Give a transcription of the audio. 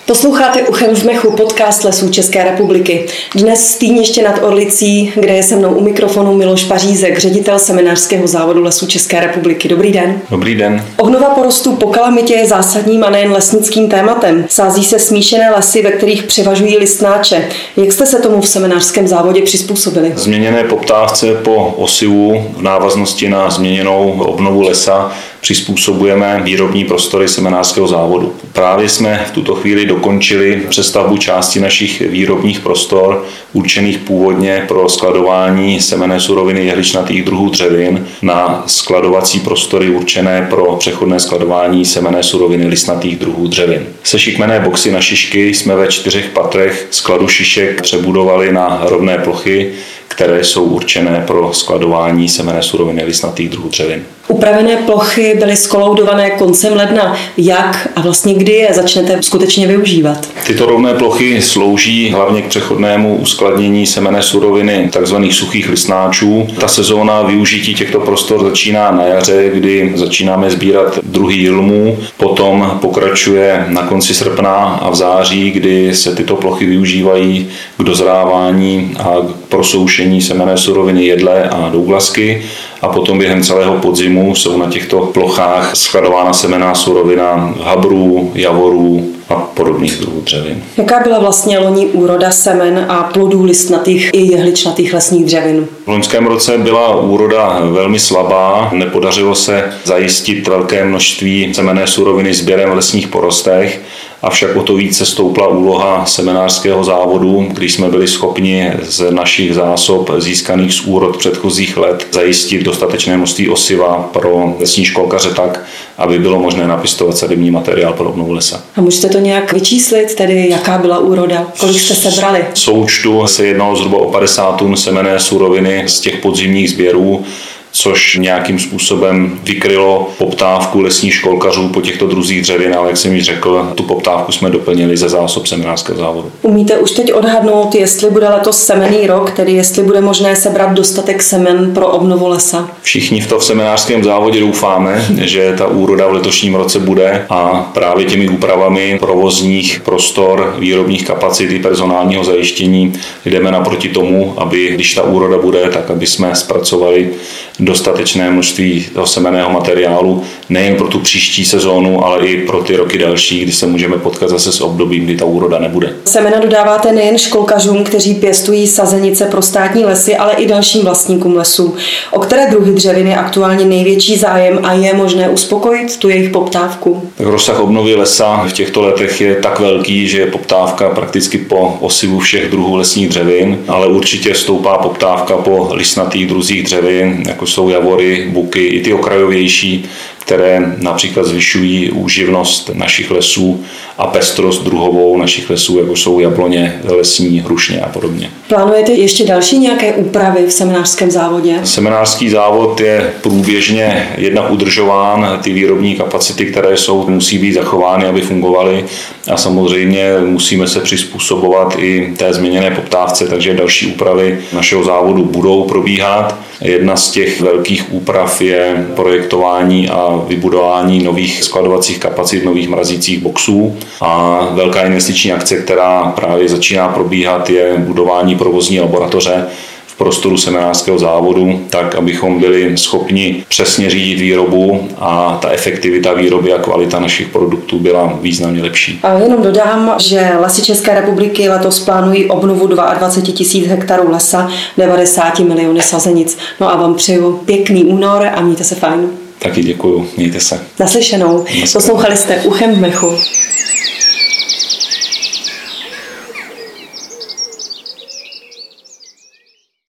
Posloucháte Uchem v mechu, podcast Lesů České republiky. Dnes z Týniště nad Orlicí, kde je se mnou u mikrofonu Miloš Pařízek, ředitel seminářského závodu Lesů České republiky. Dobrý den. Dobrý den. Obnova porostů po kalamitě je zásadním a nejen lesnickým tématem. Sází se smíšené lesy, ve kterých převažují listnáče. Jak jste se tomu v seminářském závodě přizpůsobili? Změněné poptávce po osivu v návaznosti na změněnou obnovu lesa přizpůsobujeme výrobní prostory seminářského závodu. Právě jsme v tuto chvíli dokončili přestavbu části našich výrobních prostor, určených původně pro skladování semenné suroviny jehličnatých druhů dřevin, na skladovací prostory určené pro přechodné skladování semenné suroviny listnatých druhů dřevin. Sešikmené boxy na šišky jsme ve 4 patrech skladu šišek přebudovali na rovné plochy, které jsou určené pro skladování semenné suroviny listnatých druhů dřevin. Upravené plochy byly skoloudované koncem ledna. Jak a vlastně kdy je začnete skutečně využívat? Tyto rovné plochy slouží hlavně k přechodnému uskladnění semenné suroviny tzv. Suchých listnáčů. Ta sezóna využití těchto prostor začíná na jaře, kdy začínáme sbírat druhy jilmů, potom pokračuje na konci srpna a v září, kdy se tyto plochy využívají k dozrávání a k prosoušení semenné suroviny jedle a douglasky. A potom během celého podzimu jsou na těchto plochách skladována semenná surovina habrů, javorů a podobných druhů dřevin. Jaká byla vlastně loni úroda semen a plodů listnatých i jehličnatých lesních dřevin? V loňském roce byla úroda velmi slabá, nepodařilo se zajistit velké množství semenné suroviny sběrem v lesních porostech, avšak o to více stoupla úloha seminářského závodu, když jsme byli schopni z našich zásob získaných z úrod předchozích let zajistit dostatečné množství osiva pro lesní školkaře tak, aby bylo možné napěstovat sadební materiál pro obnovu lesa. A můžete to nějak vyčíslit, tedy jaká byla úroda? Kolik jste sebrali? V součtu se jednalo zhruba o 50 tun semenné suroviny z těch podzimních sběrů, což nějakým způsobem vykrylo poptávku lesních školkařů po těchto druzích dřevin, ale jak jsem již řekl, tu poptávku jsme doplnili ze zásob seminářského závodu. Umíte už teď odhadnout, jestli bude letos semenný rok, tedy jestli bude možné sebrat dostatek semen pro obnovu lesa? Všichni v seminářském závodě doufáme, že ta úroda v letošním roce bude a právě těmi úpravami provozních prostor, výrobních kapacit i personálního zajištění jdeme naproti tomu, aby když ta úroda bude, tak aby jsme zpracovali dostatečné množství toho semenného materiálu nejen pro tu příští sezónu, ale i pro ty roky další, kdy se můžeme potkat zase s obdobím, kdy ta úroda nebude. Semena dodáváte nejen školkařům, kteří pěstují sazenice pro státní lesy, ale i dalším vlastníkům lesů. O které druhy dřevin je aktuálně největší zájem a je možné uspokojit tu jejich poptávku? Tak rozsah obnovy lesa v těchto letech je tak velký, že je poptávka prakticky po osivu všech druhů lesních dřevin, ale určitě stoupá poptávka po listnatých druzích dřevin, jako jsou javory, buky, i ty okrajovější, které například zvyšují úživnost našich lesů a pestrost druhovou našich lesů, jako jsou jabloně, lesní, hrušně a podobně. Plánujete ještě další nějaké úpravy v seminářském závodě? Seminářský závod je průběžně jednak udržován, ty výrobní kapacity, které jsou, musí být zachovány, aby fungovaly a samozřejmě musíme se přizpůsobovat i té změněné poptávce, takže další úpravy našeho závodu budou probíhat. Jedna z těch velkých úprav je projektování a vybudování nových skladovacích kapacit, nových mrazících boxů a velká investiční akce, která právě začíná probíhat, je budování provozní laboratoře v prostoru seminářského závodu, tak abychom byli schopni přesně řídit výrobu a ta efektivita výroby a kvalita našich produktů byla významně lepší. A jenom dodám, že Lesy České republiky letos plánují obnovu 22 000 hektarů lesa, 90 miliony sazenic. No a vám přeju pěkný únor a mějte se fajn. Taky děkuju, mějte se. Naslyšenou. Poslouchali jste Uchem v mechu.